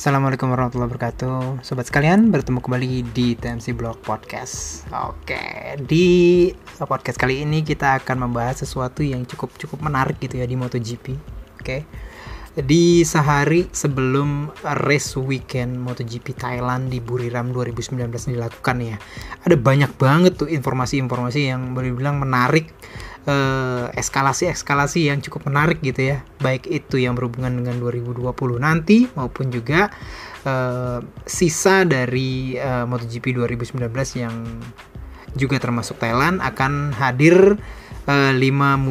Assalamualaikum warahmatullahi wabarakatuh. Sobat sekalian, bertemu kembali di TMC Blog Podcast. Oke, di podcast kali ini kita akan membahas sesuatu yang cukup menarik gitu ya di MotoGP. Oke. Di sehari sebelum race weekend MotoGP Thailand di Buriram 2019 dilakukan ya. Ada banyak banget tuh informasi-informasi yang boleh dibilang menarik, eskalasi yang cukup menarik gitu ya, baik itu yang berhubungan dengan 2020 nanti maupun juga sisa dari MotoGP 2019 yang juga termasuk Thailand akan hadir 5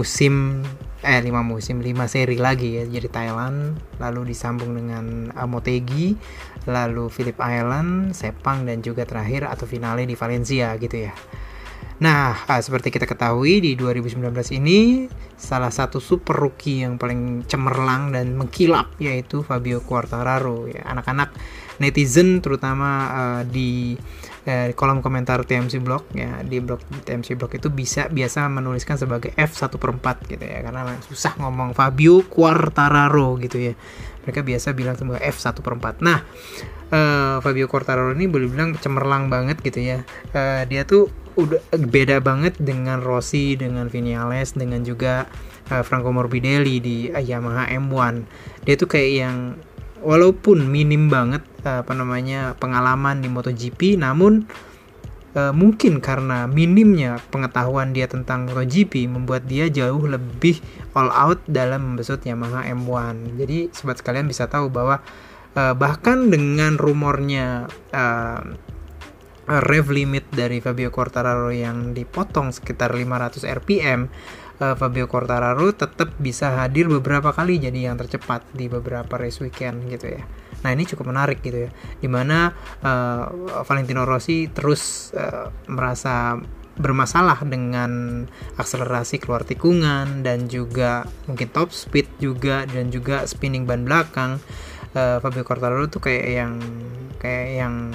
seri lagi ya, jadi Thailand, lalu disambung dengan Motegi, lalu Phillip Island, Sepang, dan juga terakhir atau finale di Valencia gitu ya. Nah, seperti kita ketahui di 2019 ini salah satu super rookie yang paling cemerlang dan mengkilap yaitu Fabio Quartararo ya. Anak-anak netizen terutama di kolom komentar TMC Blog ya, di blog TMC Blog itu biasa menuliskan sebagai F1/4 gitu ya, karena susah ngomong Fabio Quartararo gitu ya. Mereka biasa bilang sebagai F1/4. Nah, Fabio Quartararo ini boleh bilang cemerlang banget gitu ya. Dia tuh udah beda banget dengan Rossi, dengan Viñales, dengan juga Franco Morbidelli di Yamaha M1. Dia tuh kayak yang walaupun minim banget pengalaman di MotoGP, namun mungkin karena minimnya pengetahuan dia tentang MotoGP membuat dia jauh lebih all out dalam membesut Yamaha M1. Jadi sobat sekalian bisa tahu bahwa bahkan dengan rumornya rev limit dari Fabio Quartararo yang dipotong sekitar 500 rpm, Fabio Quartararo tetap bisa hadir beberapa kali jadi yang tercepat di beberapa race weekend gitu ya. Nah, ini cukup menarik gitu ya, dimana Valentino Rossi terus merasa bermasalah dengan akselerasi keluar tikungan dan juga mungkin top speed juga, dan juga spinning ban belakang. Fabio Quartararo tuh kayak yang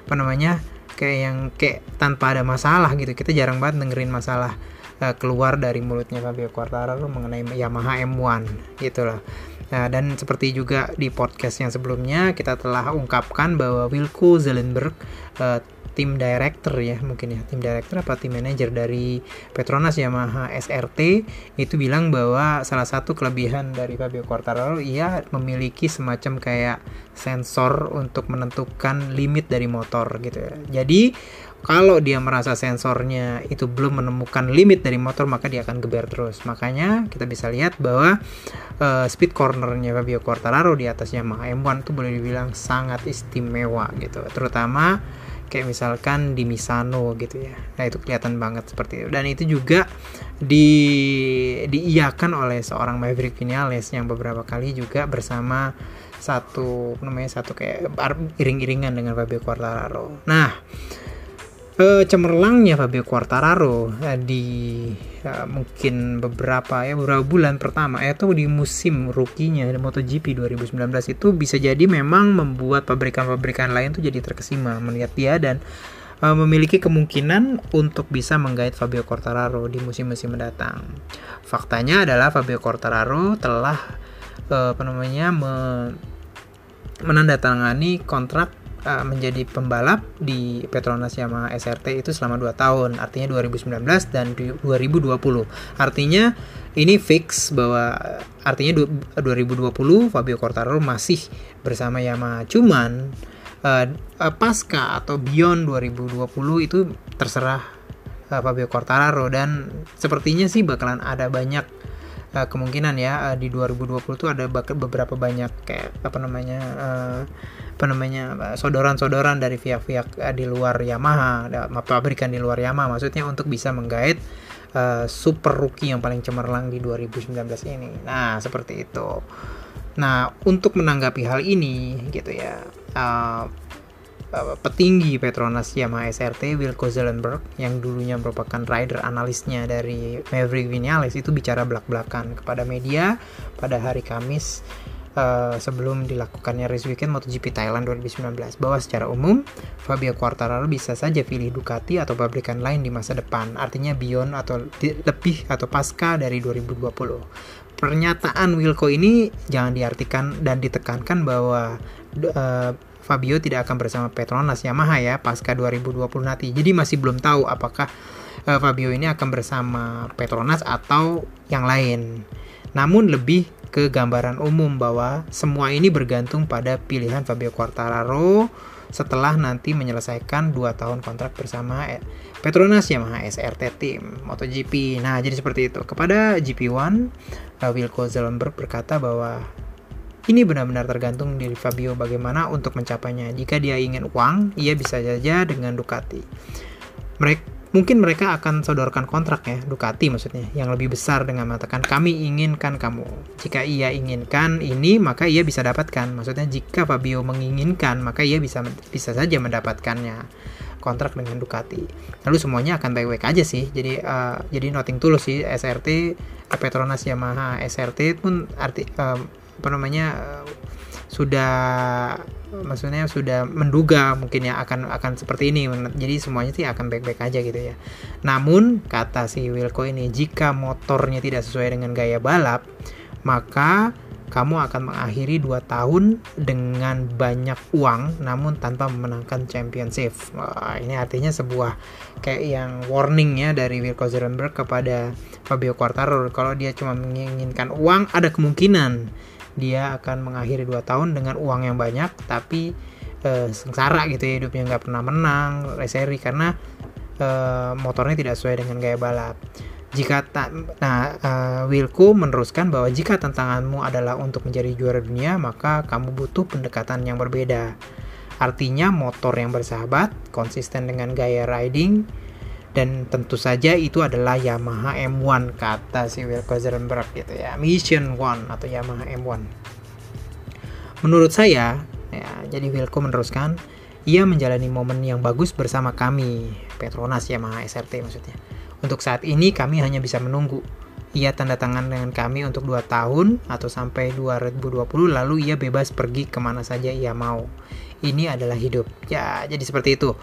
tanpa ada masalah gitu. Kita jarang banget dengerin masalah keluar dari mulutnya Fabio Quartararo mengenai Yamaha M1 gitu loh. Dan seperti juga di podcast yang sebelumnya kita telah ungkapkan bahwa Wilco Zelenberg, tim director ya, mungkin ya tim director apa tim manager dari Petronas Yamaha SRT, itu bilang bahwa salah satu kelebihan dari Fabio Quartararo, ia memiliki semacam kayak sensor untuk menentukan limit dari motor gitu ya. Jadi kalau dia merasa sensornya itu belum menemukan limit dari motor, maka dia akan geber terus. Makanya kita bisa lihat bahwa speed cornernya Fabio Quartararo di atas Yamaha M1 itu boleh dibilang sangat istimewa gitu, terutama kayak misalkan di Misano gitu ya. Nah, itu kelihatan banget seperti itu. Dan itu juga diiyakan oleh seorang Maverick Viñales yang beberapa kali juga bersama satu kayak iring-iringan dengan Fabio Quartararo. Nah, cemerlangnya Fabio Quartararo di mungkin beberapa bulan pertama atau di musim rookie-nya di MotoGP 2019 itu bisa jadi memang membuat pabrikan-pabrikan lain tuh jadi terkesima melihat dia dan memiliki kemungkinan untuk bisa menggait Fabio Quartararo di musim-musim mendatang. Faktanya adalah Fabio Quartararo telah menandatangani kontrak menjadi pembalap di Petronas Yamaha SRT itu selama 2 tahun, artinya 2019 dan 2020. Artinya ini fix bahwa artinya 2020 Fabio Quartararo masih bersama Yamaha. Cuman pasca atau beyond 2020 itu terserah Fabio Quartararo, dan sepertinya sih bakalan ada banyak kemungkinan ya di 2020 tuh ada beberapa banyak kayak sodoran-sodoran dari pihak-pihak di luar Yamaha, pabrikan di luar Yamaha maksudnya, untuk bisa menggait super rookie yang paling cemerlang di 2019 ini. Nah, seperti itu. Nah, untuk menanggapi hal ini gitu ya, petinggi Petronas Yamaha SRT Wilco Zelenberg yang dulunya merupakan rider analisnya dari Maverick Viñales itu bicara belak-belakan kepada media pada hari Kamis sebelum dilakukannya race weekend MotoGP Thailand 2019 bahwa secara umum Fabio Quartararo bisa saja pilih Ducati atau pabrikan lain di masa depan, artinya beyond atau lebih atau pasca dari 2020. Pernyataan Wilco ini jangan diartikan dan ditekankan bahwa Fabio tidak akan bersama Petronas Yamaha ya pasca 2020 nanti. Jadi masih belum tahu apakah Fabio ini akan bersama Petronas atau yang lain. Namun lebih ke gambaran umum bahwa semua ini bergantung pada pilihan Fabio Quartararo setelah nanti menyelesaikan 2 tahun kontrak bersama Petronas Yamaha SRT Team MotoGP. Nah, jadi seperti itu. Kepada GP1, Wilco Zellenberg berkata bahwa ini benar-benar tergantung dari Fabio bagaimana untuk mencapainya. Jika dia ingin uang, ia bisa saja dengan Ducati. Mungkin mereka akan sodorkan kontrak ya, Ducati maksudnya, yang lebih besar dengan mengatakan kami inginkan kamu. Jika ia inginkan ini, maka ia bisa dapatkan. Maksudnya jika Fabio menginginkan, maka ia bisa saja mendapatkannya kontrak dengan Ducati. Lalu semuanya akan baik-baik aja sih. Jadi nothing tulus sih SRT, Petronas Yamaha SRT pun sudah menduga mungkin ya akan seperti ini. Jadi semuanya sih akan baik-baik aja gitu ya. Namun kata si Wilco ini, jika motornya tidak sesuai dengan gaya balap, maka kamu akan mengakhiri 2 tahun dengan banyak uang namun tanpa memenangkan championship. Wah, ini artinya sebuah kayak yang warning ya dari Wilco Zellenberg kepada Fabio Quartararo. Kalau dia cuma menginginkan uang, ada kemungkinan dia akan mengakhiri 2 tahun dengan uang yang banyak tapi sengsara gitu ya hidupnya, nggak pernah menang race seri karena motornya tidak sesuai dengan gaya balap. Wilco meneruskan bahwa jika tantanganmu adalah untuk menjadi juara dunia, maka kamu butuh pendekatan yang berbeda. Artinya motor yang bersahabat, konsisten dengan gaya riding, dan tentu saja itu adalah Yamaha M1 kata si Wilco Zellenberg gitu ya, Mission 1 atau Yamaha M1. Menurut saya ya, jadi Wilco meneruskan, ia menjalani momen yang bagus bersama kami, Petronas Yamaha SRT maksudnya. Untuk saat ini kami hanya bisa menunggu. Ia tanda tangan dengan kami untuk 2 tahun atau sampai 2020, lalu ia bebas pergi kemana saja ia mau. Ini adalah hidup. Ya, jadi seperti itu.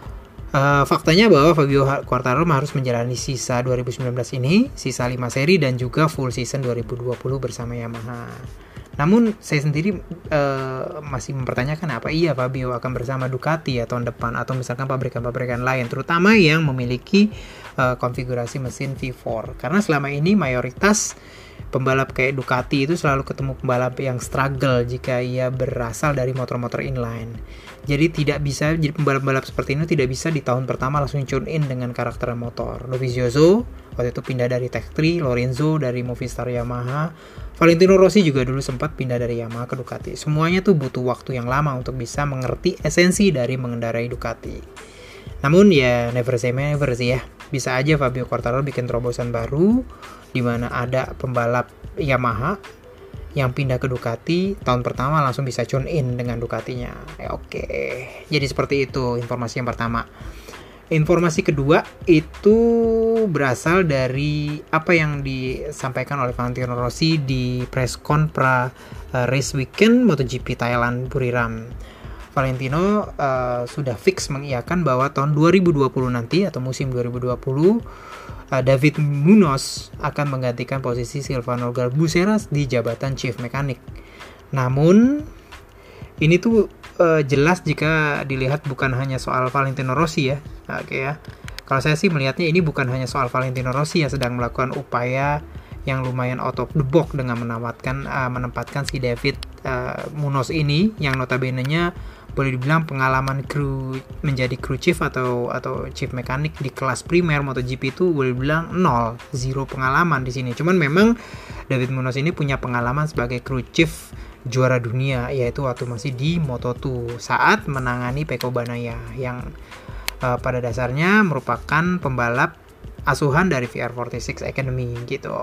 Faktanya bahwa Fabio Quartararo harus menjalani sisa 2019 ini, sisa 5 seri dan juga full season 2020 bersama Yamaha. Namun saya sendiri masih mempertanyakan apa iya Fabio akan bersama Ducati ya tahun depan atau misalkan pabrikan-pabrikan lain, terutama yang memiliki konfigurasi mesin V4. Karena selama ini mayoritas pembalap kayak Ducati itu selalu ketemu pembalap yang struggle jika ia berasal dari motor-motor inline. Jadi pembalap-pembalap seperti ini tidak bisa di tahun pertama langsung tune in dengan karakter motor. Dovizioso waktu itu pindah dari Tech3, Lorenzo dari Movistar Yamaha, Valentino Rossi juga dulu sempat pindah dari Yamaha ke Ducati. Semuanya tuh butuh waktu yang lama untuk bisa mengerti esensi dari mengendarai Ducati. Namun ya never say never sih ya. Bisa aja Fabio Quartararo bikin terobosan baru di mana ada pembalap Yamaha yang pindah ke Ducati tahun pertama langsung bisa tune in dengan Ducatinya. Oke. Jadi seperti itu informasi yang pertama. Informasi kedua itu berasal dari apa yang disampaikan oleh Valentino Rossi di press con race weekend MotoGP Thailand Buriram. Valentino sudah fix mengiyakan bahwa tahun 2020 nanti atau musim 2020 David Munoz akan menggantikan posisi Silvano Garbuseras di jabatan Chief Mechanic. Namun ini tuh jelas jika dilihat bukan hanya soal Valentino Rossi ya. Oke ya. Kalau saya sih melihatnya ini bukan hanya soal Valentino Rossi yang sedang melakukan upaya yang lumayan out of the box dengan menempatkan si David Munoz ini yang notabene-nya boleh dibilang pengalaman menjadi crew chief atau chief mechanic di kelas primer MotoGP itu boleh dibilang 0 pengalaman di sini. Cuman memang David Munoz ini punya pengalaman sebagai crew chief juara dunia, yaitu waktu masih di Moto2 saat menangani Pecco Bagnaia yang pada dasarnya merupakan pembalap asuhan dari VR46 Academy gitu.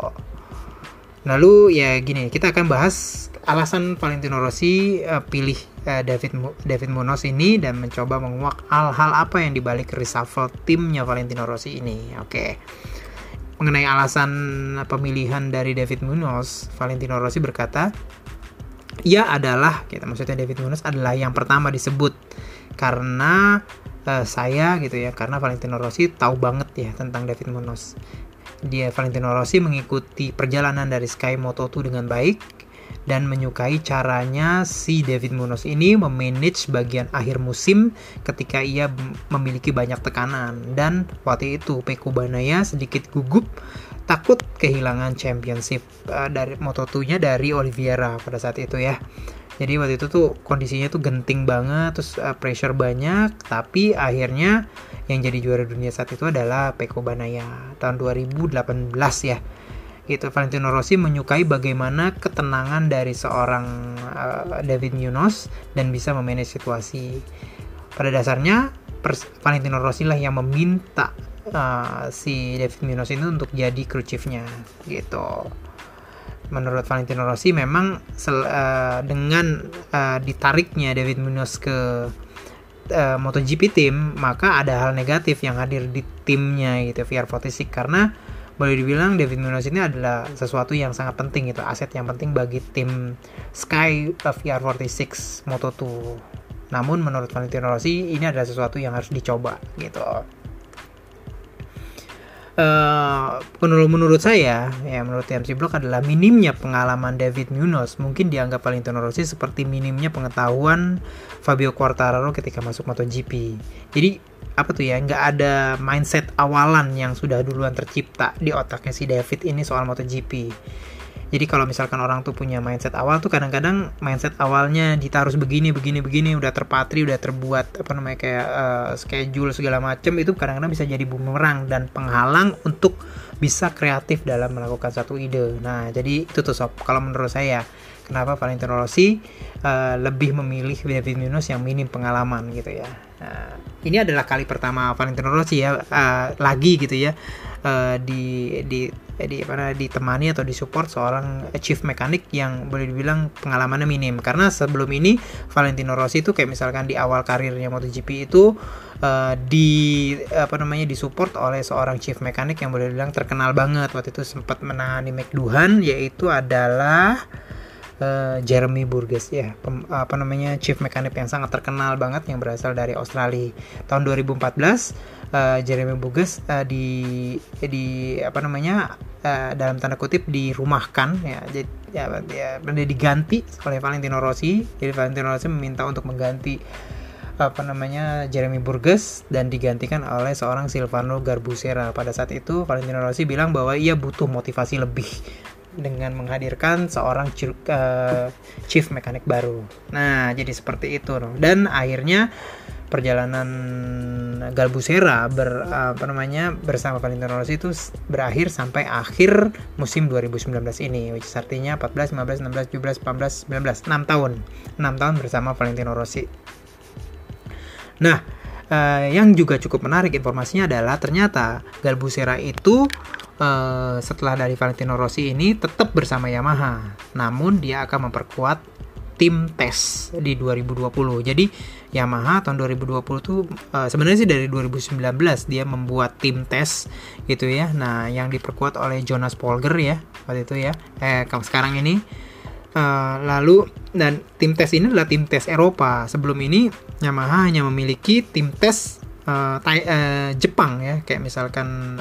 Lalu ya gini, kita akan bahas alasan Valentino Rossi pilih David Munoz ini dan mencoba menguak hal-hal apa yang dibalik reshuffle timnya Valentino Rossi ini. Oke. Mengenai alasan pemilihan dari David Munoz, Valentino Rossi berkata, ia adalah, gitu, maksudnya David Munoz adalah yang pertama disebut karena karena Valentino Rossi tahu banget ya tentang David Munoz. Valentino Rossi mengikuti perjalanan dari Sky Moto2 dengan baik dan menyukai caranya si David Munoz ini memanage bagian akhir musim ketika ia memiliki banyak tekanan. Dan waktu itu Pecco Bagnaia sedikit gugup takut kehilangan championship dari Moto2-nya dari Oliveira pada saat itu ya. Jadi waktu itu tuh kondisinya tuh genting banget, terus pressure banyak, tapi akhirnya yang jadi juara dunia saat itu adalah Pecco Bagnaia tahun 2018 ya. Gitu, Valentino Rossi menyukai bagaimana ketenangan dari seorang David Munoz dan bisa memanage situasi. Pada dasarnya Valentino Rossi lah yang meminta si David Munoz ini untuk jadi crew chiefnya gitu. Menurut Valentino Rossi memang dengan ditariknya David Munoz ke MotoGP team, maka ada hal negatif yang hadir di timnya gitu, VR46, karena boleh dibilang David Munoz ini adalah sesuatu yang sangat penting gitu, aset yang penting bagi tim Sky VR46 Moto2. Namun menurut Valentino Rossi ini adalah sesuatu yang harus dicoba gitu. Menurut saya ya, menurut TMC Blog adalah minimnya pengalaman David Munoz mungkin dianggap Valentino Rossi seperti minimnya pengetahuan Fabio Quartararo ketika masuk MotoGP. Jadi apa tuh ya, nggak ada mindset awalan yang sudah duluan tercipta di otaknya si David ini soal MotoGP. Jadi kalau misalkan orang tuh punya mindset awal tuh kadang-kadang mindset awalnya ditaruh begini, udah terpatri, udah terbuat kayak schedule segala macam, itu kadang-kadang bisa jadi bumerang dan penghalang untuk bisa kreatif dalam melakukan satu ide. Nah, jadi itu tuh sob, kalau menurut saya kenapa Valentino Rossi lebih memilih David Munoz yang minim pengalaman gitu ya. Nah, ini adalah kali pertama Valentino Rossi ya lagi gitu ya ditemani atau disupport seorang chief mechanic yang boleh dibilang pengalamannya minim. Karena sebelum ini Valentino Rossi itu kayak misalkan di awal karirnya MotoGP itu disupport oleh seorang chief mechanic yang boleh dibilang terkenal banget. Waktu itu sempat menangani McLaren, yaitu adalah Jeremy Burgess ya, chief mechanic yang sangat terkenal banget yang berasal dari Australia. Tahun 2014 Jeremy Burgess dalam tanda kutip dirumahkan ya, jadi diganti oleh Valentino Rossi. Jadi Valentino Rossi meminta untuk mengganti Jeremy Burgess dan digantikan oleh seorang Silvano Garbusera. Pada saat itu Valentino Rossi bilang bahwa ia butuh motivasi lebih dengan menghadirkan seorang chief mechanic baru. Nah, jadi seperti itu loh. Dan akhirnya perjalanan Garbusera bersama Valentino Rossi itu berakhir sampai akhir musim 2019 ini, which is artinya 14, 15, 16, 17, 18, 19, 6 tahun bersama Valentino Rossi. Nah, yang juga cukup menarik informasinya adalah ternyata Garbusera itu setelah dari Valentino Rossi ini tetap bersama Yamaha, namun dia akan memperkuat tim tes di 2020. Jadi Yamaha tahun 2020 tuh sebenarnya sih dari 2019 dia membuat tim tes gitu ya. Nah, yang diperkuat oleh Jonas Folger ya waktu itu ya. Sekarang ini lalu, dan tim tes ini adalah tim tes Eropa. Sebelum ini Yamaha hanya memiliki tim tes Jepang ya, kayak misalkan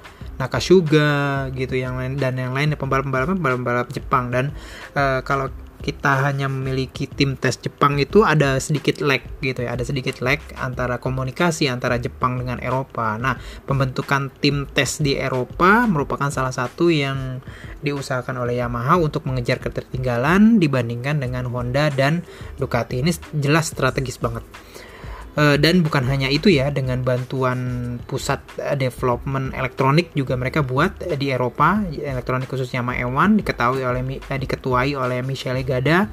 Nakasuga gitu, yang lain pembalap Jepang. Dan kalau kita hanya memiliki tim tes Jepang itu ada sedikit lag gitu ya, ada sedikit lag antara komunikasi antara Jepang dengan Eropa. Nah, pembentukan tim tes di Eropa merupakan salah satu yang diusahakan oleh Yamaha untuk mengejar ketertinggalan dibandingkan dengan Honda dan Ducati. Ini jelas strategis banget. Dan bukan hanya itu ya, dengan bantuan pusat development elektronik juga mereka buat di Eropa, elektronik khusus Yamaha E1 diketuai oleh Michele Gada.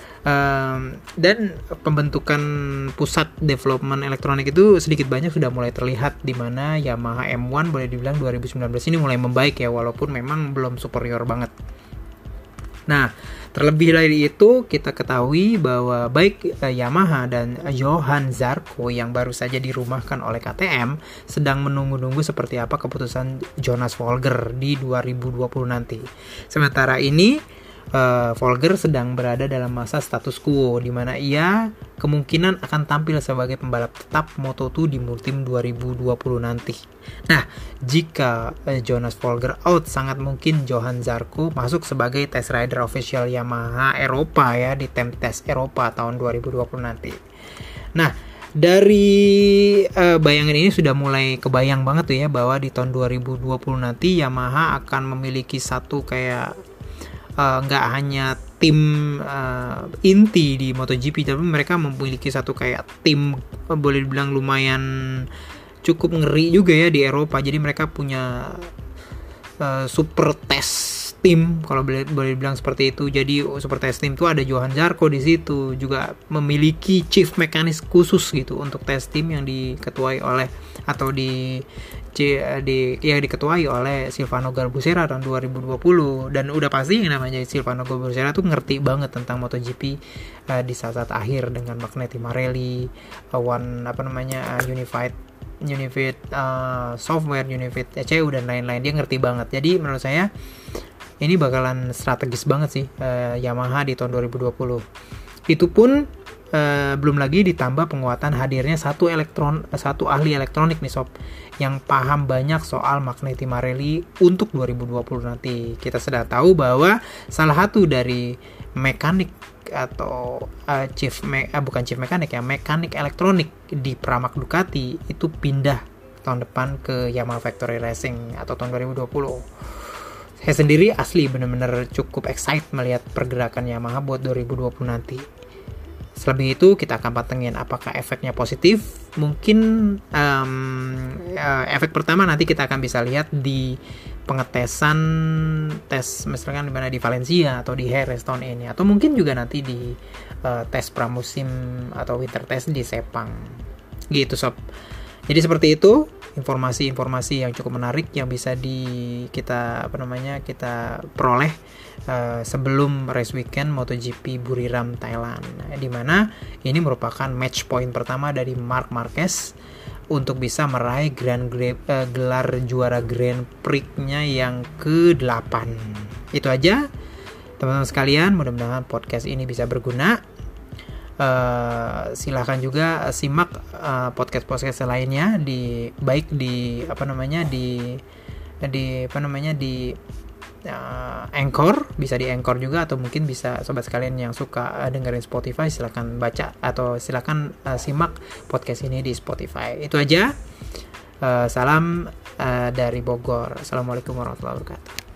Dan pembentukan pusat development elektronik itu sedikit banyak sudah mulai terlihat, di mana Yamaha M1 boleh dibilang 2019 ini mulai membaik ya, walaupun memang belum superior banget. Nah, terlebih dari itu kita ketahui bahwa baik Yamaha dan Johan Zarco yang baru saja dirumahkan oleh KTM sedang menunggu-nunggu seperti apa keputusan Jonas Folger di 2020 nanti. Sementara ini Volger sedang berada dalam masa status quo, di mana ia kemungkinan akan tampil sebagai pembalap tetap Moto2 di musim 2020 nanti. Nah, jika Jonas Volger out, sangat mungkin Johan Zarco masuk sebagai test rider official Yamaha Eropa ya di Time Test Eropa tahun 2020 nanti. Nah, dari bayangan ini sudah mulai kebayang banget tuh ya bahwa di tahun 2020 nanti Yamaha akan memiliki satu kayak nggak hanya tim inti di MotoGP, tapi mereka memiliki satu kayak tim boleh dibilang lumayan cukup ngeri juga ya di Eropa. Jadi mereka punya super test team, kalau boleh dibilang seperti itu. Jadi super test team itu ada Johan Zarco di situ, juga memiliki chief mekanis khusus gitu untuk test team yang diketuai oleh atau diketuai oleh Silvano Garbusera tahun 2020. Dan udah pasti yang namanya Silvano Garbusera tuh ngerti banget tentang MotoGP di saat-saat akhir dengan Magneti Marelli, Unified Software, Unified ECU dan lain-lain. Dia ngerti banget. Jadi menurut saya ini bakalan strategis banget sih Yamaha di tahun 2020. Itu pun belum lagi ditambah penguatan hadirnya satu ahli elektronik nih sob, yang paham banyak soal Magneti Marelli untuk 2020 nanti. Kita sudah tahu bahwa salah satu dari mekanik atau mekanik elektronik di Pramac Ducati itu pindah tahun depan ke Yamaha Factory Racing atau tahun 2020. Saya sendiri asli benar-benar cukup excited melihat pergerakan Yamaha buat 2020 nanti. Selebih itu kita akan pantengin apakah efeknya positif. Mungkin efek pertama nanti kita akan bisa lihat di pengetesan tes misalkan dimana di Valencia atau di Jerez tahun ini, atau mungkin juga nanti di tes pramusim atau winter test di Sepang gitu sob. Jadi seperti itu informasi-informasi yang cukup menarik yang bisa kita peroleh sebelum race weekend MotoGP Buriram Thailand, di mana ini merupakan match point pertama dari Marc Marquez untuk bisa meraih gelar juara Grand Prix-nya yang ke-8. Itu aja teman-teman sekalian, mudah-mudahan podcast ini bisa berguna. Silahkan juga simak podcast lainnya di Anchor, bisa di Anchor juga, atau mungkin bisa sobat sekalian yang suka dengerin Spotify silakan simak podcast ini di Spotify. Itu aja. Salam dari Bogor. Assalamualaikum warahmatullahi wabarakatuh.